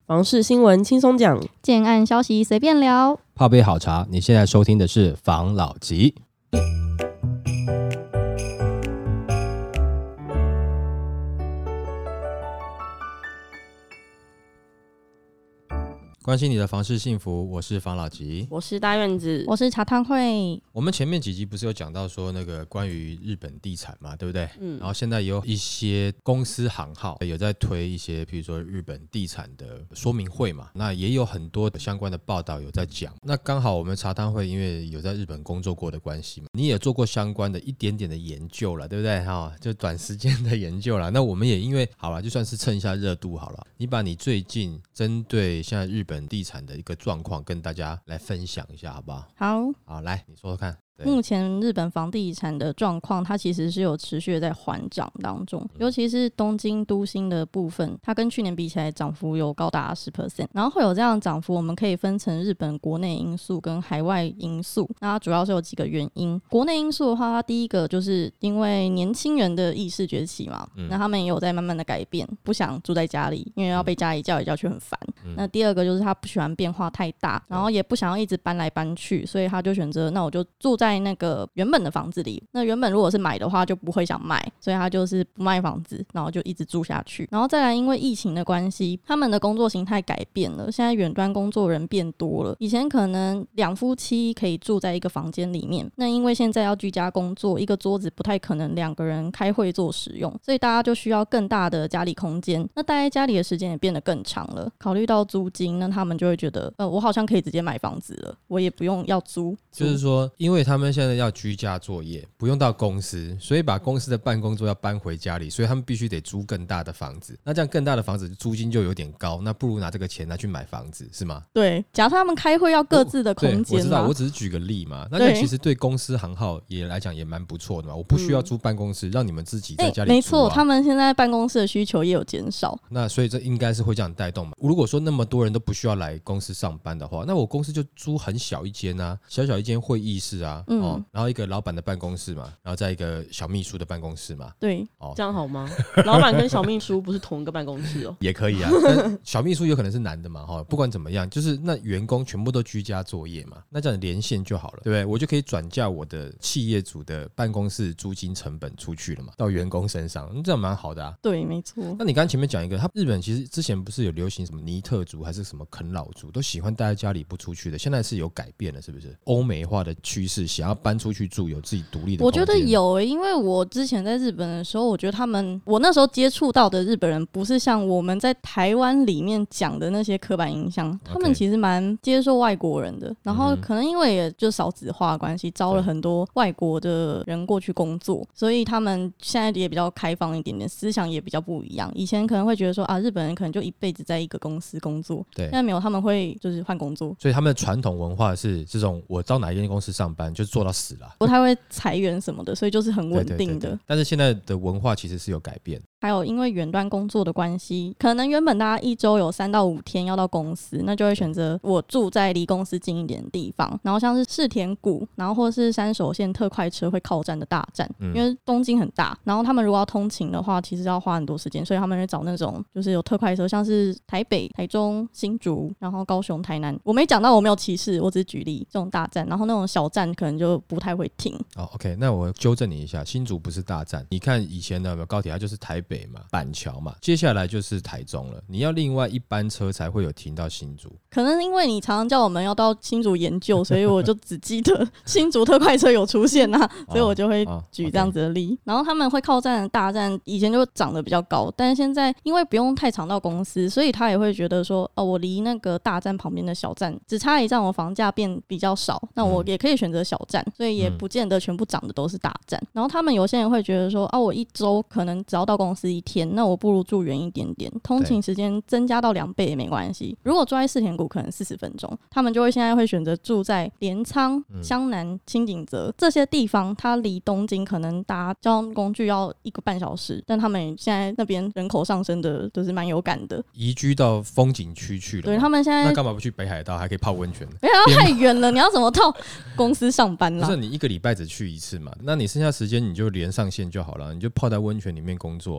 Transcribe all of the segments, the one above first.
房事新闻轻松讲， 建案消息随便聊。 泡杯好茶，你现在收听的是房老吉。关心你的房事幸福，我是房老吉， 我是大院子， 我是茶汤会。 我们前面几集不是有讲到说那个关于日本地产嘛，对不对？然后现在也有一些公司行号有在推一些，比如说日本地产的说明会嘛，那也有很多相关的报道有在讲。那刚好我们茶汤会因为有在日本工作过的关系嘛，你也做过相关的一点点的研究了，对不对？就短时间的研究了。那我们也因为好了，就算是蹭一下热度好了，你把你最近针对现在日本地产的一个状况跟大家来分享一下好不好？ 好， 来你说说看。 目前日本房地产的状况，它其实是有持续的在缓涨当中，尤其是东京都心的部分，它跟去年比起来涨幅有高达 10%。然后会有这样的涨幅，我们可以分成日本国内因素跟海外因素。那它主要是有几个原因。国内因素的话，它第一个就是因为年轻人的意识崛起嘛，那他们也有在慢慢的改变，不想住在家里，因为要被家里叫来叫去很烦。那第二个就是他不喜欢变化太大，然后也不想要一直搬来搬去，所以他就选择那我就住在那个原本的房子里。那原本如果是买的话就不会想卖，所以他就是不卖房子，然后就一直住下去。然后再来因为疫情的关系，他们的工作形态改变了，现在远端工作人变多了，以前可能两夫妻可以住在一个房间里面，那因为现在要居家工作，一个桌子不太可能两个人开会做使用，所以大家就需要更大的家里空间，那待在家里的时间也变得更长了。考虑到租金，那他们就会觉得我好像可以直接买房子了，我也不用要租。 就是说因为他们现在要居家作业，不用到公司，所以把公司的办公桌要搬回家里，所以他们必须得租更大的房子。那这样更大的房子租金就有点高，那不如拿这个钱拿去买房子，是吗？ 对，假设他们开会要各自的空间， 我知道，我只是举个例嘛。那这其实对公司行号也来讲也蛮不错的嘛，我不需要租办公室，让你们自己在家里租。 没错，他们现在办公室的需求也有减少，那所以这应该是会这样带动嘛。如果说那么多人都不需要来公司上班的话，那我公司就租很小一间啊，小小一间会议室啊，然后一个老板的办公室嘛，然后再一个小秘书的办公室嘛。 对， 这样好吗？老板跟小秘书不是同一个办公室哦？ 也可以啊，但小秘书有可能是男的嘛，不管怎么样，就是那员工全部都居家作业嘛，那这样连线就好了，对不对？我就可以转嫁我的企业主的办公室租金成本出去了嘛，到员工身上，这样蛮好的啊。 对，没错。 那你刚刚前面讲一个，日本其实之前不是有流行什么尼特族还是什么啃老族，都喜欢待在家里不出去的，现在是有改变了，是不是？欧美化的趋势，想要搬出去住，有自己独立的空间。 我觉得有因为我之前在日本的时候，我觉得我那时候接触到的日本人，不是像我们在台湾里面讲的那些刻板印象，他们其实蛮接受外国人的。然后可能因为也就少子化的关系，招了很多外国的人过去工作，所以他们现在也比较开放一点点，思想也比较不一样。以前可能会觉得说日本人可能就一辈子在一个公司工作，对，现在没有，他们会就是换工作。 所以他们的传统文化是这种，我到哪一间公司上班就是做到死了， 不太会裁员什么的，所以就是很稳定的。 但是现在的文化其实是有改变。 还有因为远端工作的关系，可能原本大家一周有3到5天要到公司，那就会选择我住在离公司近一点的地方，然后像是世田谷，然后或是山手线特快车会靠站的大站，因为东京很大，然后他们如果要通勤的话其实要花很多时间，所以他们会找那种就是有特快车，像是台北、台中、新竹，然后高雄、台南。我没讲到，我没有歧视，我只是举例这种大站，然后那种小站可能就不太会停。 OK， 那我纠正你一下，新竹不是大站，你看以前的高铁它就是台北嘛，板桥嘛，接下来就是台中了，你要另外一班车才会有停到新竹。 可能因为你常常叫我们要到新竹研究，所以我就只记得新竹特快车有出现啊，所以我就会举这样子的例。然后他们会靠站的大站以前就长得比较高，但是现在因为不用太常到公司，所以他也会觉得说我离那个大站旁边的小站只差一站，我房价变比较少，那我也可以选择小站，所以也不见得全部长的都是大站。然后他们有些人会觉得说我一周可能只要到公司1天，那我不如住远一点点，通勤时间增加到2倍也没关系。如果住在世田谷可能40分钟，他们就会现在会选择住在镰仓、湘南、清景泽这些地方，它离东京可能搭交通工具要1个半小时，但他们现在那边人口上升的都是蛮有感的， 移居到风景区去了。 对，他们现在那干嘛不去北海道还可以泡温泉？ 北海道太远了，你要怎么到公司上班啦？ 不是，你1个礼拜只去1次嘛，那你剩下时间你就连上线就好了，你就泡在温泉里面工作啊。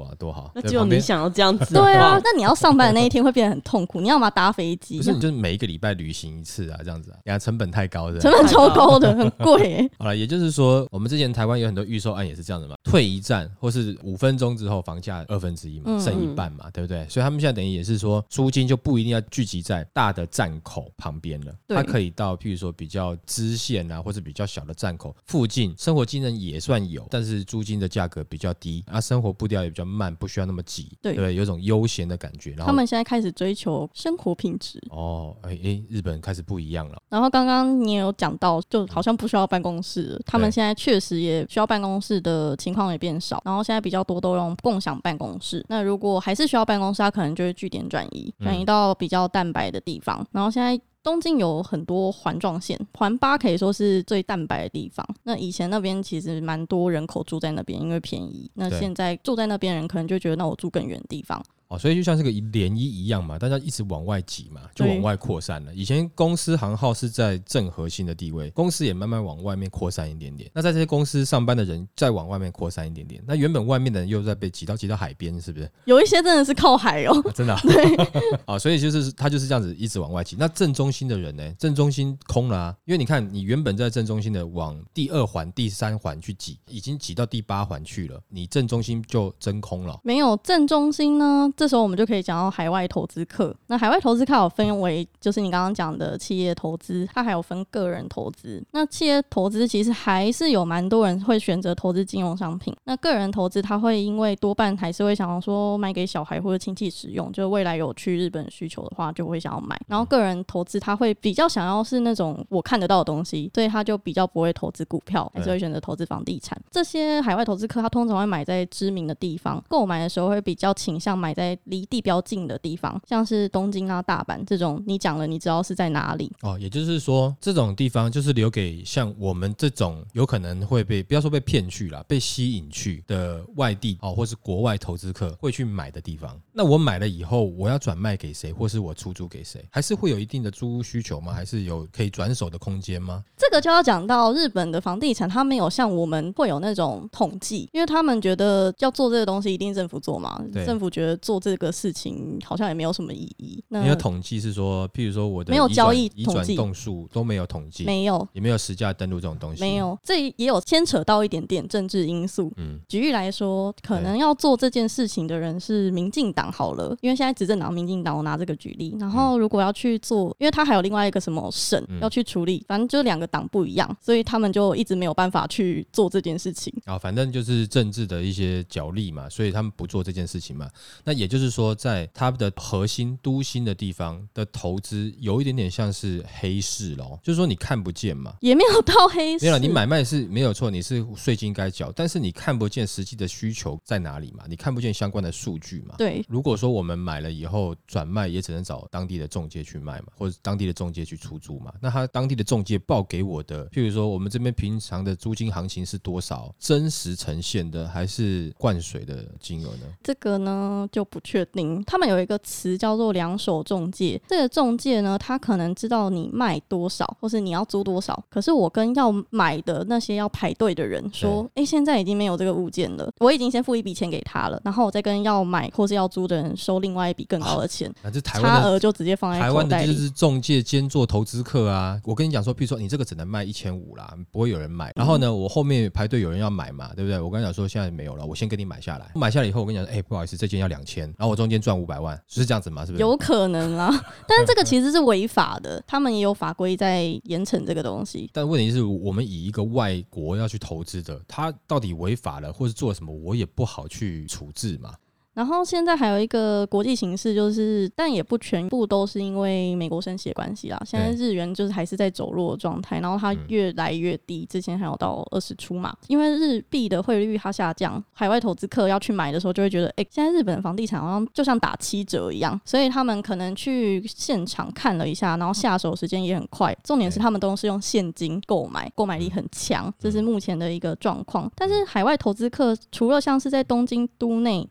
啊，多好。 那只有你想要这样子。 对啊，那你要上班的那一天会变得很痛苦，你要嘛搭飞机？ 不是，你就是每一个礼拜旅行一次啊，这样子啊，成本太高的， 成本超高的，很贵。 好了，也就是说，我们之前台湾有很多预售案也是这样的嘛，退一站或是5分钟之后，房价1/2嘛，剩一半嘛，对不对？所以他们现在等于也是说，租金就不一定要聚集在大的站口旁边了，它可以到譬如说比较支线啊，或者比较小的站口附近，生活机能也算有，但是租金的价格比较低啊，生活步调也比较慢，不需要那么急，对，有种悠闲的感觉。然后他们现在开始追求生活品质哦，日本开始不一样了。 然后刚刚你也有讲到，就好像不需要办公室了，他们现在确实也需要办公室的情况也变少，然后现在比较多都用共享办公室。那如果还是需要办公室，它可能就会据点转移到比较蛋白的地方。然后现在东京有很多环状线，环8可以说是最蛋白的地方。那以前那边其实蛮多人口住在那边，因为便宜。那现在住在那边的人可能就觉得，那我住更远的地方。 所以就像是个涟漪一样嘛，大家一直往外挤嘛，就往外扩散了。以前公司行号是在正核心的地位，公司也慢慢往外面扩散一点点。那在这些公司上班的人再往外面扩散一点点，那原本外面的人又在被挤到海边，是不是？ 有一些真的是靠海哦， 真的对所以就是他就是这样子一直往外挤。那正中心的人呢？正中心空了啊，因为你看你原本在正中心的往第2环、第3环去挤，已经挤到第8环去了，你正中心就真空了。 没有正中心呢，这时候我们就可以讲到海外投资客。那海外投资客有分为，就是你刚刚讲的企业投资，它还有分个人投资。那企业投资其实还是有蛮多人会选择投资金融商品。那个人投资，他会因为多半还是会想要说买给小孩或者亲戚使用，就未来有去日本需求的话，就会想要买。然后个人投资，他会比较想要是那种我看得到的东西，所以他就比较不会投资股票，还是会选择投资房地产。这些海外投资客，他通常会买在知名的地方，购买的时候会比较倾向买在离地标近的地方，像是东京啊、大阪这种，你讲了你知道是在哪里也就是说这种地方就是留给像我们这种有可能会被不要说被骗去啦，被吸引去的外地或是国外投资客会去买的地方。那我买了以后我要转卖给谁，或是我出租给谁，还是会有一定的租屋需求吗？还是有可以转手的空间吗？ 这个就要讲到日本的房地产，它没有像我们会有那种统计，因为他们觉得要做这个东西一定政府做嘛，政府觉得做这个事情好像也没有什么意义。 没有统计是说，譬如说我的没有交易移转栋数都没有统计， 没有， 也没有实价登录这种东西， 没有。这也有牵扯到一点点政治因素。举例来说，可能要做这件事情的人是民进党好了，因为现在执政党民进党，我拿这个举例。然后如果要去做，因为他还有另外一个什么省要去处理，反正就2个党不一样，所以他们就一直没有办法去做这件事情。 反正就是政治的一些角力嘛，所以他们不做这件事情嘛。那也就是说，在他们的核心都心的地方的投资，有一点点像是黑市咯，就是说你看不见嘛， 也没有到黑市。 没有，你买卖是没有错，你是税金该缴，但是你看不见实际的需求在哪里嘛，你看不见相关的数据嘛。 对， 如果说我们买了以后转卖，也只能找当地的仲介去卖嘛，或者当地的仲介去出租嘛。那他当地的仲介报给我的，譬如说我们这边平常的租金行情是多少，真实呈现的还是灌水的金额呢？ 这个呢就不确定。他们有一个词叫做两手仲介，这个仲介呢，他可能知道你卖多少，或是你要租多少，可是我跟要买的那些要排队的人说，现在已经没有这个物件了，我已经先付一笔钱给他了，然后我再跟要买或是要租的人收另外一笔更高的钱，差额就直接放在口袋里。 台湾的就是仲介兼做投资客啊。我跟你讲说，譬如说你这个只能卖1500啦，不会有人买。然后呢，我后面排队有人要买嘛，对不对？我跟你讲说现在没有了，我先跟你买下来。买下来以后，我跟你讲，不好意思，这件要2000，然后我中间赚500万，是这样子吗？是不是？ 有可能啊，但是这个其实是违法的，他们也有法规在严惩这个东西。 但问题是我们以一个外国要去投资的，他到底违法了，或是做了什么，我也不好去处置嘛。 然后现在还有一个国际形势，就是但也不全部都是因为美国升息的关系啦。现在日元就是还是在走弱的状态，然后它越来越低，之前还有到20出嘛。因为日币的汇率它下降，海外投资客要去买的时候就会觉得，现在日本的房地产好像就像打7折一样，所以他们可能去现场看了一下，然后下手时间也很快。重点是他们都是用现金购买，购买力很强，这是目前的一个状况。但是海外投资客除了像是在东京都内，因为东京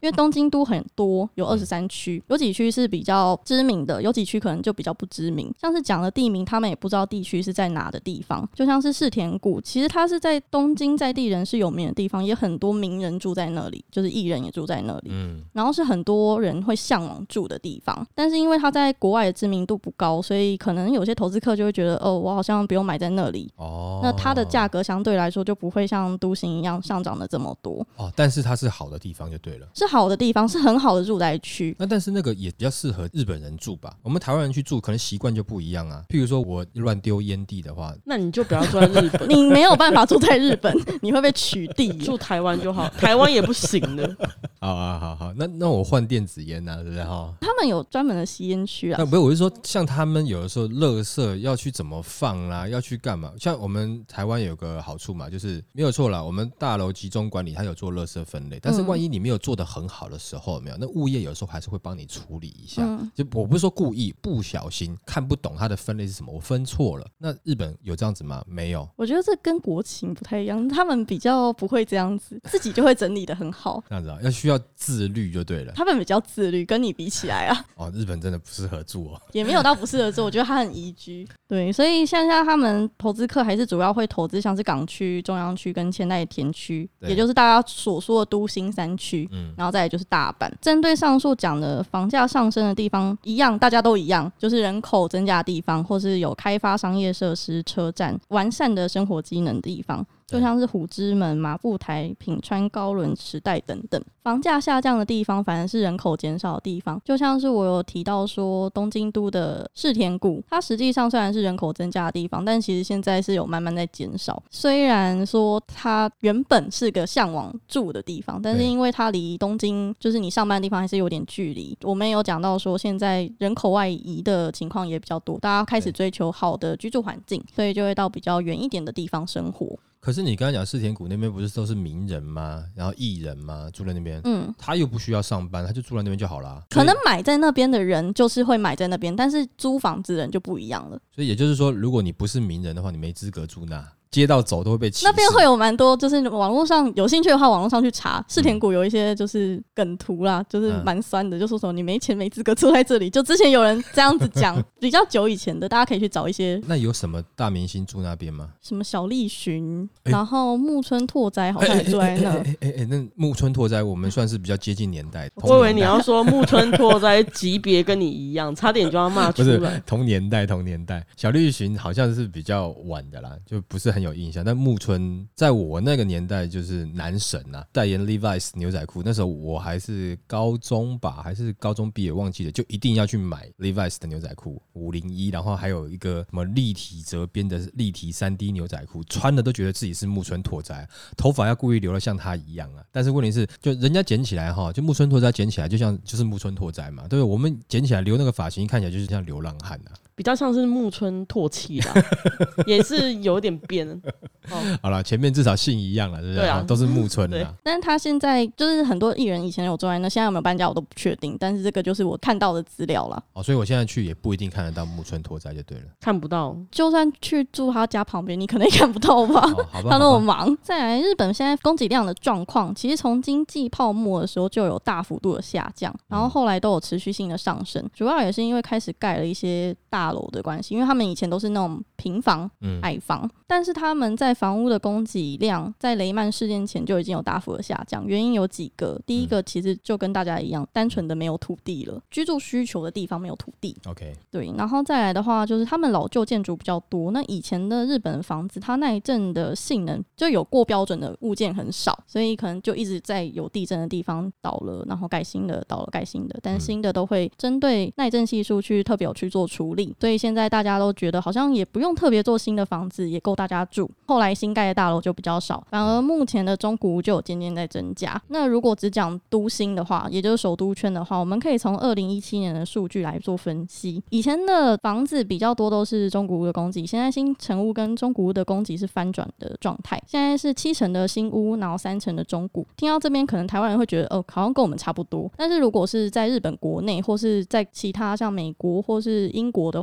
京都很多，有23区，有几区是比较知名的，有几区可能就比较不知名。像是讲的地名，他们也不知道地区是在哪的地方，就像是世田谷，其实它是在东京在地人是有名的地方，也很多名人住在那里，就是艺人也住在那里，然后是很多人会向往住的地方。但是因为它在国外的知名度不高，所以可能有些投资客就会觉得我好像不用买在那里，那它的价格相对来说就不会像都心一样上涨的这么多。 但是它是好的地方就对了， 是好的地方，是很好的住宅区。 那但是那个也比较适合日本人住吧，我们台湾人去住可能习惯就不一样啊。譬如说我乱丢烟蒂的话， 那你就不要住在日本你没有办法住在日本你会被取缔住台湾就好，台湾也不行的好，那我换电子烟啊，对不对？ 他们有专门的吸烟区啊。 不是，我是说像他们有的时候垃圾要去怎么放啦，要去干嘛，像我们台湾有个好处嘛，就是没有错啦，我们大楼集中管理它有做垃圾分类，但是万一你没有做得很好的时候，有没有，那物业有时候还是会帮你处理一下，就我不是说故意，不小心看不懂它的分类是什么，我分错了。那日本有这样子吗？没有。 我觉得这跟国情不太一样，他们比较不会这样子，自己就会整理得很好这样子要需要自律就对了。 他们比较自律，跟你比起来啊日本真的不适合住也没有到不适合住，我觉得它很宜居。对，所以现在他们投资客还是主要会投资像是港区、中央区跟千代田区，也就是大家所说的都心3区，然后再来就是大阪。针对上述讲的房价上升的地方一样，大家都一样，就是人口增加的地方，或是有开发商业设施、车站、完善的生活机能的地方，就像是虎之门、马步台、品川、高轮、池袋等等。房价下降的地方反而是人口减少的地方，就像是我有提到说东京都的世田谷，它实际上虽然是人口增加的地方，但其实现在是有慢慢在减少。虽然说它原本是个向往住的地方，但是因为它离东京就是你上班的地方还是有点距离。我们有讲到说现在人口外移的情况也比较多，大家开始追求好的居住环境，所以就会到比较远一点的地方生活。 可是你刚才讲世田谷那边不是都是名人吗？然后艺人吗？住在那边，他又不需要上班，他就住在那边就好啦。 可能买在那边的人就是会买在那边，但是租房子的人就不一样了。 所以也就是说，如果你不是名人的话，你没资格住那。街道走都会被歧视。 那边会有蛮多，就是网络上有兴趣的话，网络上去查世田谷有一些就是梗图啦，就是蛮酸的，就说什么你没钱没资格住在这里，就之前有人这样子讲，比较久以前的，大家可以去找一些。 那有什么大明星住那边吗？ 什么小栗旬，然后木村拓哉好像也住在那。 那木村拓哉我们算是比较接近年代。 我以为你要说木村拓哉级别跟你一样，差点就要骂出来。 不是同年代。小栗旬好像是比较晚的啦，就不是很有印象。但木村在我那个年代就是男神啊，代言 Levi's 牛仔裤，那时候我还是高中吧，还是高中毕业忘记了，就一定要去买 Levi's 的牛仔裤501，然后还有一个什么立体折边的立体3D 牛仔裤，穿的都觉得自己是木村拓哉，头发要故意留得像他一样啊。但是问题是，就人家剪起来哈，就木村拓哉剪起来就是木村拓哉嘛，对不对？我们剪起来留那个发型，看起来就是像流浪汉啊。 比较像是木村拓气啦，也是有点变。 好啦，前面至少姓一样了，对不对？对啊，都是木村的。 但是他现在就是很多艺人以前有住在那，现在有没有搬家我都不确定。但是这个就是我看到的资料啦。 所以我现在去也不一定看得到木村拓哉就对了。 看不到， 就算去住他家旁边，你可能也看不到吧？ 好吧， 他那么忙。再来，日本现在供给量的状况，其实从经济泡沫的时候就有大幅度的下降，然后后来都有持续性的上升，主要也是因为开始盖了一些大楼的关系，因为他们以前都是那种平房、矮房，但是他们在房屋的供给量在雷曼事件前就已经有大幅的下降，原因有几个。第一个其实就跟大家一样，单纯的没有土地了，居住需求的地方没有土地。 OK， 对，然后再来的话就是他们老旧建筑比较多，那以前的日本房子它耐震的性能就有过标准的物件很少，所以可能就一直在有地震的地方倒了，然后盖新的，倒了盖新的，但新的都会针对耐震系数去特别有去做处理，所以现在大家都觉得好像也不用特别做新的房子，也够大家住。后来新盖的大楼就比较少，反而目前的中古屋就有渐渐在增加。那如果只讲都心的话，也就是首都圈的话，我们可以从2017年的数据来做分析。以前的房子比较多都是中古屋的供给，现在新成屋跟中古屋的供给是翻转的状态，现在是7成的新屋，然后3成的中古。听到这边可能台湾人会觉得好像跟我们差不多，但是如果是在日本国内或是在其他像美国或是英国的话，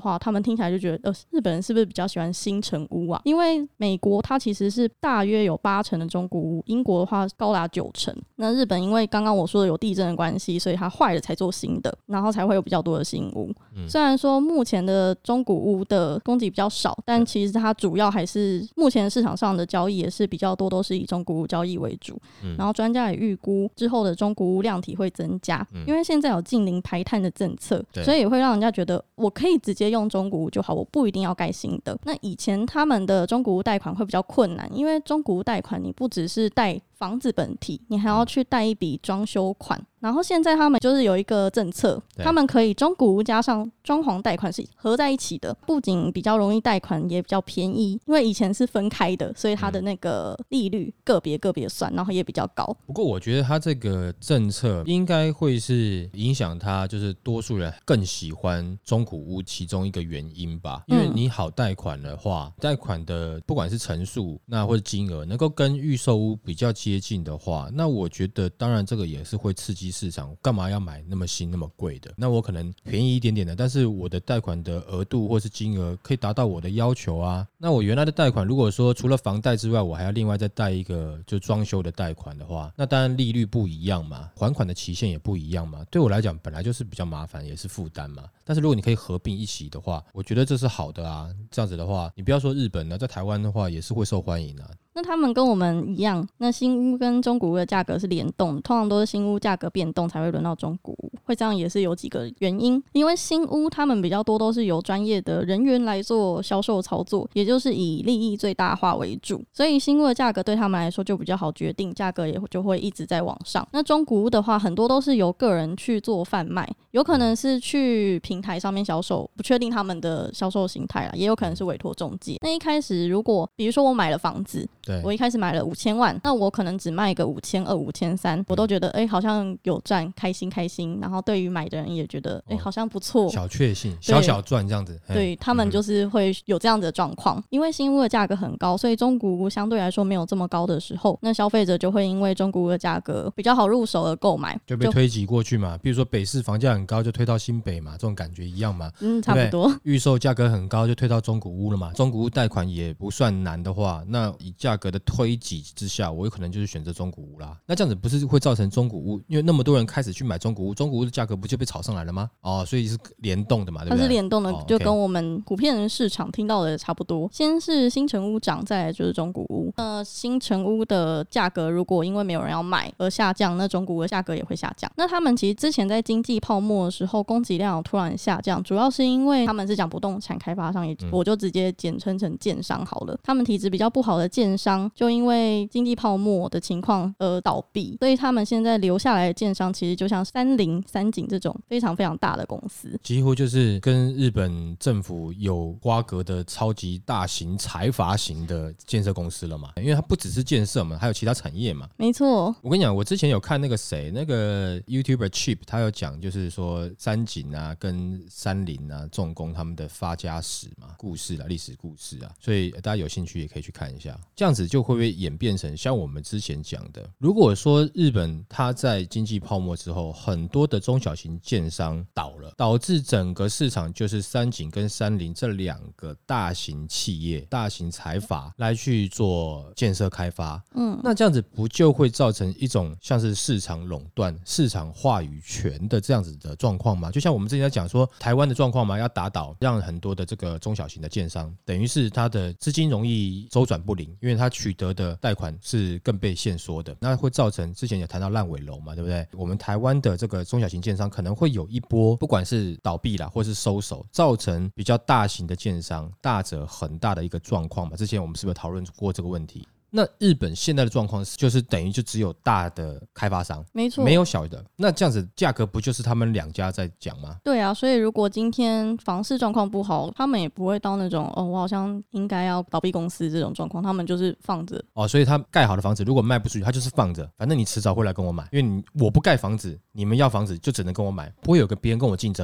话，他们听起来就觉得日本人是不是比较喜欢新成屋啊？因为美国它其实是大约有8成的中古屋，英国的话高达9成。那日本因为刚刚我说的有地震的关系，所以它坏了才做新的，然后才会有比较多的新屋。虽然说目前的中古屋的供给比较少，但其实它主要还是目前市场上的交易也是比较多，都是以中古屋交易为主。然后专家也预估之后的中古屋量体会增加，因为现在有近零排碳的政策，所以也会让人家觉得我可以直接用中古屋就好，我不一定要盖新的。那以前他们的中古屋贷款会比较困难，因为中古屋贷款你不只是贷房子本体，你还要去贷一笔装修款。然后现在他们就是有一个政策，他们可以中古屋加上装潢贷款是合在一起的，不仅比较容易贷款，也比较便宜。因为以前是分开的，所以它的那个利率个别算，然后也比较高。 不过我觉得他这个政策应该会是影响他就是多数人更喜欢中古屋其中一个原因吧。因为你好贷款的话，贷款的不管是成数那或者金额能够跟预售屋比较接近的话，那我觉得当然这个也是会刺激市场，干嘛要买那么新那么贵的？那我可能便宜一点点的，但是我的贷款的额度或是金额可以达到我的要求啊。那我原来的贷款如果说除了房贷之外，我还要另外再贷一个就装修的贷款的话，那当然利率不一样嘛，还款的期限也不一样嘛，对我来讲本来就是比较麻烦，也是负担嘛。但是如果你可以合并一起的话，我觉得这是好的啊。这样子的话，你不要说日本呢，在台湾的话也是会受欢迎啊。 那他们跟我们一样，那新屋跟中古屋的价格是联动，通常都是新屋价格变动才会轮到中古屋，会这样也是有几个原因。因为新屋他们比较多都是由专业的人员来做销售操作，也就是以利益最大化为主，所以新屋的价格对他们来说就比较好决定，价格也就会一直在往上。那中古屋的话，很多都是由个人去做贩卖，有可能是去平台上面销售，不确定他们的销售形态啦，也有可能是委托中介。那一开始如果比如说我买了房子，我一开始买了5000万，那我可能只卖个5200、5300，我都觉得好像有赚，开心。然后对于买的人也觉得好像不错， 小确幸，小小赚这样子。 对，他们就是会有这样子的状况。因为新屋的价格很高，所以中古屋相对来说没有这么高的时候，那消费者就会因为中古屋的价格比较好入手而购买， 就被推挤过去嘛。比如说北市房价很高，就推到新北嘛，这种感觉一样嘛。 差不多。 预售价格很高，就推到中古屋了嘛。中古屋贷款也不算难的话，那以价格的推挤之下，我有可能就是选择中古屋啦。那这样子不是会造成中古屋，因为那么多人开始去买中古屋，中古屋的价格不就被炒上来了吗？所以是联动的嘛，对不对？ 它是联动的，就跟我们普遍人市场听到的差不多。先是新成屋涨，再来就是中古屋。新成屋的价格如果因为没有人要买而下降，那中古屋的价格也会下降。那他们其实之前在经济泡沫的时候，供给量有突然下降，主要是因为他们是讲不动产开发商，我就直接简称成建商好了。他们体质比较不好的建商，就因为经济泡沫的情况而倒闭，所以他们现在留下来的建商其实就像三菱、三井这种非常非常大的公司， 几乎就是跟日本政府有瓜葛的超级大型财阀型的建设公司了嘛。因为它不只是建设嘛，还有其他产业嘛。 没错。 我跟你讲，我之前有看那个YouTuber Chip， 他有讲就是说三井啊跟三菱啊重工他们的发家史嘛，故事啦，历史故事啊，所以大家有兴趣也可以去看一下。这样子就会不会演变成像我们之前讲的，如果说日本它在经济泡沫之后，很多的中小型建商倒了，导致整个市场就是三井跟三菱这两个大型企业、大型财阀来去做建设开发，那这样子不就会造成一种像是市场垄断、市场话语权的这样子的状况吗？就像我们之前在讲说台湾的状况嘛，要打倒让很多的这个中小型的建商，等于是他的资金容易周转不灵，因为他取得的贷款是更被限缩的，那会造成之前也谈到烂尾楼嘛，对不对？我们台湾的这个中小型建商可能会有一波不管是倒闭啦或是收手，造成比较大型的建商大者很大的一个状况嘛。之前我们是不是讨论过这个问题？那日本现在的状况就是等于就只有大的开发商， 没错， 没有小的。那这样子价格不就是他们两家在讲吗？ 对啊，所以如果今天房市状况不好，他们也不会到那种我好像应该要倒闭公司这种状况，他们就是放着。 所以他盖好的房子如果卖不出去，他就是放着，反正你迟早会来跟我买，因为我不盖房子，你们要房子就只能跟我买，不会有个别人跟我竞争嘛。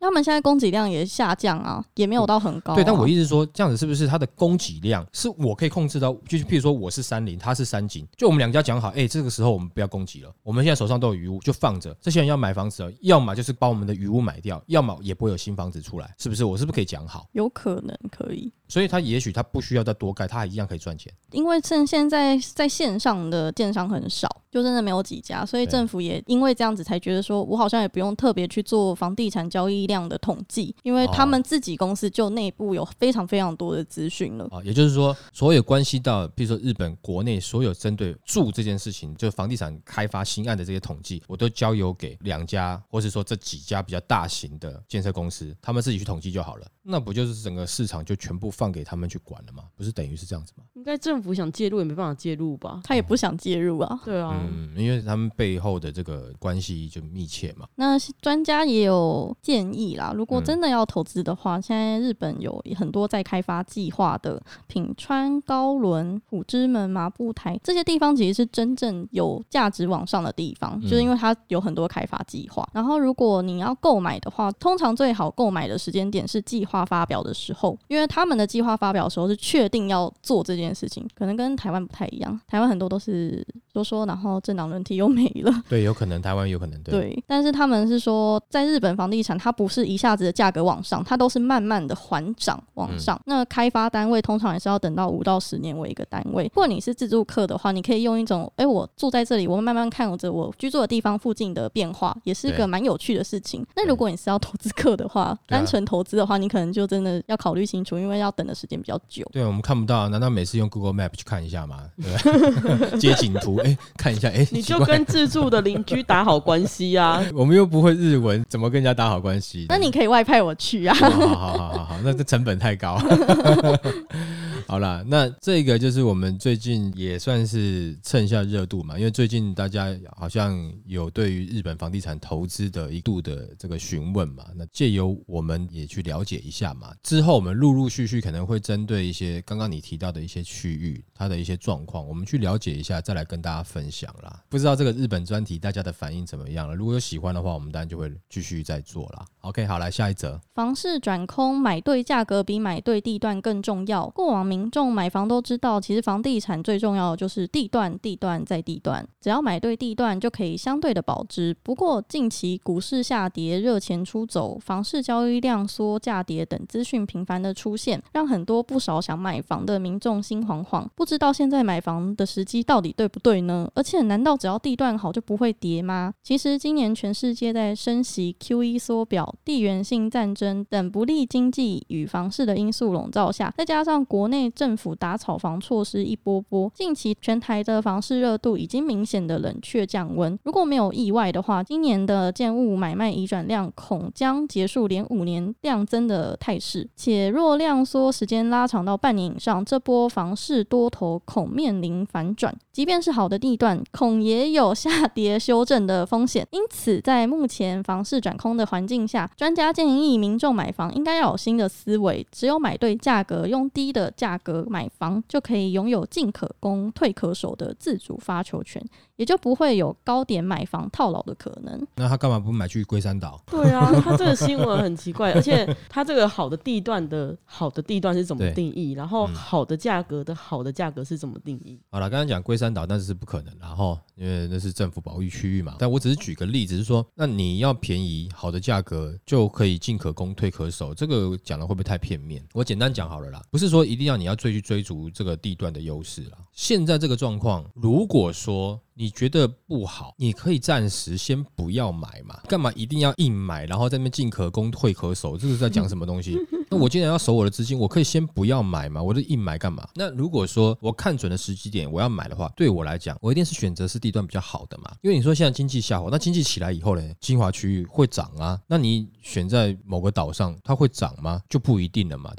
他们现在供给量也下降啊，也没有到很高啊。 对，但我意思是说，这样子是不是它的供给量是我可以控制到？就是譬如说我是30，他是3井，就我们两家讲好，这个时候我们不要供给了，我们现在手上都有余物，就放着。这些人要买房子了，要么就是把我们的余物买掉，要么也不会有新房子出来，是不是？我是不是可以讲好？ 有可能可以。 所以他也许他不需要再多盖，他还一样可以赚钱。 因为现在在线上的建商很少，就真的没有几家，所以政府也因为这样子才觉得说，我好像也不用特别去做房地产交易量的统计，因为他们自己公司就内部有非常非常多的资讯了。 也就是说，所有关系到，比如说日本国内所有针对住这件事情，就房地产开发新案的这些统计，我都交由给2家，或是说这几家比较大型的建设公司，他们自己去统计就好了。那不就是整个市场就全部放给他们去管了吗？不是等于是这样子吗？ 应该政府想介入也没办法介入吧？ 他也不想介入啊。 对啊， 因为他们背后的这个关系就密切嘛。 那专家也有建议啦，如果真的要投资的话，现在日本有很多在开发计划的品川、高轮、虎之门、麻布台这些地方，其实是真正有价值往上的地方，就是因为它有很多开发计划。然后如果你要购买的话，通常最好购买的时间点是计划发表的时候，因为他们的计划发表的时候是确定要做这件事情，可能跟台湾不太一样，台湾很多都是说然后政党轮替又没了。 对，有可能台湾有可能 对， 但是他们是说在日本房地产它不是一下子的价格往上，它都是慢慢的缓涨往上。那开发单位通常也是要等到5到10年为一个单位。如果你是自住客的话，你可以用一种我住在这里，我慢慢看着我居住的地方附近的变化，也是一个蛮有趣的事情。那如果你是要投资客的话，单纯投资的话，你可能就真的要考虑清楚，因为要等的时间比较久。 对，我们看不到，难道每次用 Google Map 去看一下吗？对，街景图看一下你就跟自住的邻居打好关系啊。 我们又不会日文，怎么跟人家打好关系？ 那你可以外派我去啊。 好，那这成本太高。好啦，那这个就是我们最近也算是蹭一下热度嘛，因为最近大家好像有对于日本房地产投资的一度的这个询问嘛，那借由我们也去了解一下嘛，之后我们陆陆续续可能会针对一些刚刚你提到的一些区域，它的一些状况，我们去了解一下，再来跟大家分享啦。不知道这个日本专题大家的反应怎么样了？如果有喜欢的话，我们当然就会继续再做啦。OK， 好，来下一则， 房市转空，买对价格比买对地段更重要。过往民众买房都知道，其实房地产最重要的就是地段，地段再地段，只要买对地段就可以相对的保值。不过近期股市下跌，热钱出走，房市交易量缩，价跌等资讯频繁的出现，让很多不少想买房的民众心惶惶，不知道现在买房的时机到底对不对呢？而且难道只要地段好就不会跌吗？其实今年全世界在升息、QE 缩表、地缘性战争等不利经济与房市的因素笼罩下，再加上国内政府打炒房措施一波波，近期全台的房市热度已经明显的冷却降温。如果没有意外的话，今年的建物买卖移转量恐将结束连5年量增的态势，且若量缩时间拉长到半年以上，这波房市多头恐面临反转。即便是好的地段，恐也有下跌修正的风险。因此在目前房市转空的环境下，专家建议民众买房应该要有新的思维，只有买对价格，用低的价格买房，就可以拥有进可攻退可守的自主发球权，也就不会有高点买房套牢的可能。 那他干嘛不买去龟山岛？ 对啊，他这个新闻很奇怪，而且他这个好的地段是怎么定义，然后好的价格的好的价格是怎么定义？ 好了，刚刚讲龟山岛那是不可能，然后因为那是政府保育区域嘛，但我只是举个例子是说，那你要便宜好的价格就可以进可攻退可守，这个讲的会不会太片面？我简单讲好了啦，不是说一定要你要去追逐这个地段的优势啦。现在这个状况，如果说你觉得不好，你可以暂时先不要买嘛，干嘛一定要硬买，然后在那边进可攻退可守，这个是在讲什么东西？那我既然要守我的资金，我可以先不要买嘛，我就硬买干嘛？那如果说我看准了时机点我要买的话，对我来讲我一定是选择是地段比较好的嘛，因为你说现在经济下滑，那经济起来以后呢，精华区域会涨啊，那你选在某个岛上它会涨吗？就不一定了嘛，对不对？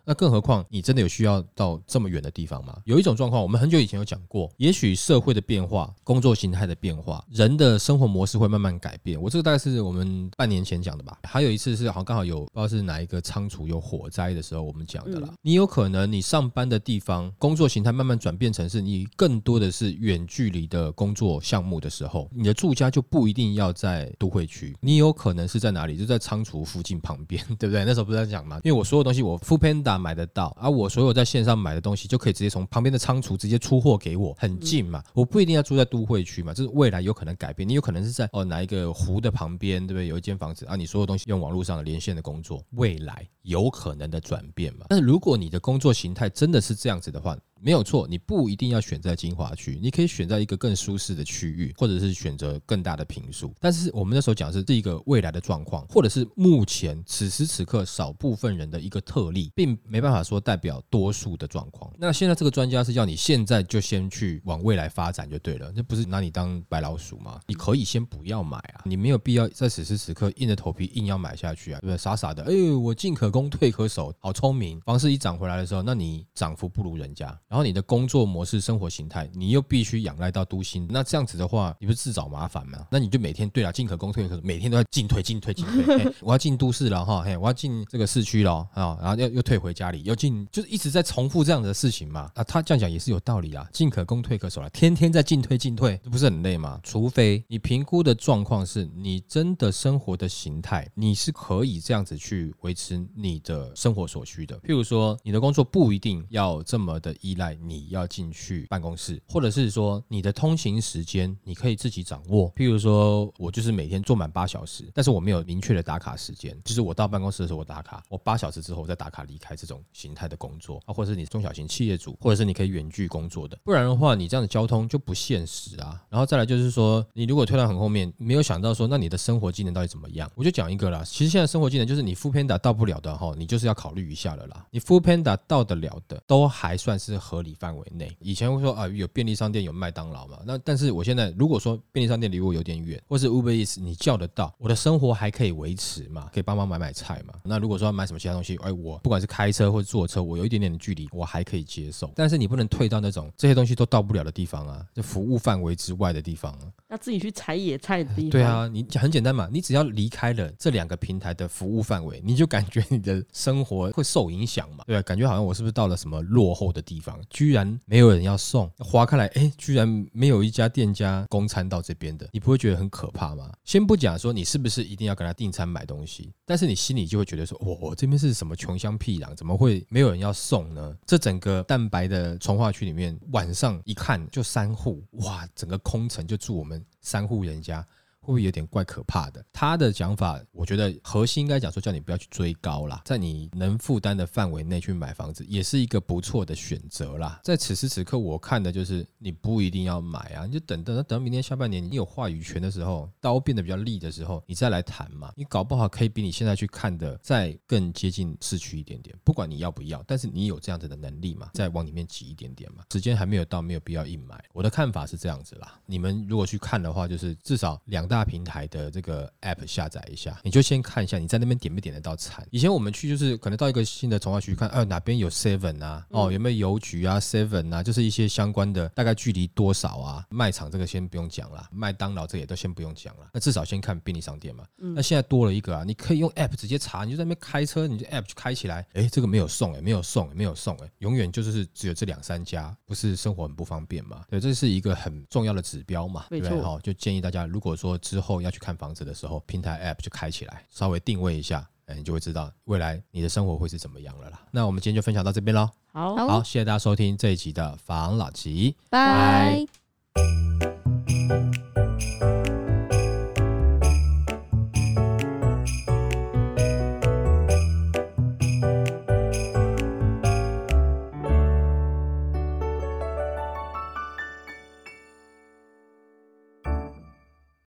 那更何况你真的有需要到这么远的地方吗？有一种状况我们很久以前有讲过，也许社会的变化，工作形态的变化，人的生活模式会慢慢改变。我这个大概是我们半年前讲的吧，还有一次是好像刚好有不知道是哪一个仓储有火灾的时候我们讲的啦。你有可能你上班的地方工作形态慢慢转变成是你更多的是远距离的工作项目的时候，你的住家就不一定要在都会区，你有可能是在哪里，就在仓储附近旁边，对不对？那时候不是在讲吗？因为我所有东西我 Foodpanda 买得到，而我所有在线上买的东西就可以直接从旁边的仓储直接出货给我，很近嘛，我不一定要住在都会区嘛，这是未来有可能改变。你有可能是在哪一个湖的旁边，对不对？有一间房子啊，你所有东西用网络上的连线的工作，未来有可能的转变嘛。但是如果你的工作形态真的是这样子的话，没有错，你不一定要选在精华区，你可以选在一个更舒适的区域，或者是选择更大的坪数。但是我们那时候讲的是一个未来的状况，或者是目前此时此刻少部分人的一个特例，并没办法说代表多数的状况。那现在这个专家是叫你现在就先去往未来发展就对了，这不是拿你当白老鼠吗？你可以先不要买啊，你没有必要在此时此刻硬着头皮硬要买下去啊，对不对？傻傻的，我进可攻退可守，好聪明。房市一涨回来的时候，那你涨幅不如人家，然后你的工作模式、生活形态，你又必须仰赖到都心，那这样子的话，你不是自找麻烦吗？那你就每天对啦，进可攻退可守，每天都要进退。我要进都市了哈，我要进这个市区了啊，然后又退回家里，又进，就是一直在重复这样的事情嘛。啊，他这样讲也是有道理啦，进可攻退可守啦，天天在进退，这不是很累吗？除非你评估的状况是你真的生活的形态，你是可以这样子去维持你的生活所需的。譬如说，你的工作不一定要这么的依赖你要进去办公室，或者是说你的通勤时间你可以自己掌握。譬如说，我就是每天做满8小时，但是我没有明确的打卡时间，就是我到办公室的时候我打卡，我8小时之后我再打卡离开，这种形态的工作啊，或者是你中小型企业主，或者是你可以远距工作的，不然的话你这样的交通就不现实啊。然后再来就是说，你如果推到很后面，没有想到说那你的生活技能到底怎么样，我就讲一个啦。其实现在生活技能就是你 Foodpanda 到不了的齁，你就是要考虑一下了啦。你 Foodpanda 到得了的都还算是合理范围内。以前会说啊，有便利商店有麦当劳嘛，那但是我现在如果说便利商店离我有点远，或是 Uber Eats 你叫得到，我的生活还可以维持嘛，可以帮忙买菜嘛。那如果说要买什么其他东西，我不管是开车或者坐车，我有一点点的距离我还可以接受，但是你不能退到那种这些东西都到不了的地方啊，就服务范围之外的地方啊， 要自己去采野菜的地方。 对啊，你很简单嘛，你只要离开了这2个平台的服务范围，你就感觉你的生活会受影响嘛。对啊，感觉好像我是不是到了什么落后的地方，居然没有人要送，划开来居然没有一家店家供餐到这边的，你不会觉得很可怕吗？先不讲说你是不是一定要跟他订餐买东西，但是你心里就会觉得说，我这边是什么穷乡僻壤，怎么会没有人要送呢？这整个蛋白的重划区里面，晚上一看就3户，哇，整个空城就住我们3户人家，会不会有点怪可怕的？他的讲法，我觉得核心应该讲说，叫你不要去追高啦，在你能负担的范围内去买房子，也是一个不错的选择啦。在此时此刻，我看的就是你不一定要买啊，你就等到明年下半年你有话语权的时候，刀变得比较利的时候，你再来谈嘛。你搞不好可以比你现在去看的再更接近市区一点点，不管你要不要，但是你有这样子的能力嘛，再往里面挤一点点嘛。时间还没有到，没有必要硬买。我的看法是这样子啦。你们如果去看的话，就是至少2大平台的这个 app 下载一下，你就先看一下你在那边点不点得到餐。以前我们去就是可能到一个新的重划区看，哪边有 7 啊，有没有邮局啊 7 啊，就是一些相关的大概距离多少啊，卖场这个先不用讲啦，麦当劳这个也都先不用讲啦，那至少先看便利商店嘛。那现在多了一个啊，你可以用 app 直接查，你就在那边开车，你就 app 就开起来，这个没有送没有送永远就是只有这2-3家，不是生活很不方便嘛？对，这是一个很重要的指标嘛，对不对？就建议大家如果说之后要去看房子的时候，平台 app 就开起来，稍微定位一下，你就会知道未来你的生活会是怎么样了啦。那我们今天就分享到这边咯。好，谢谢大家收听这一集的房老吉， 拜。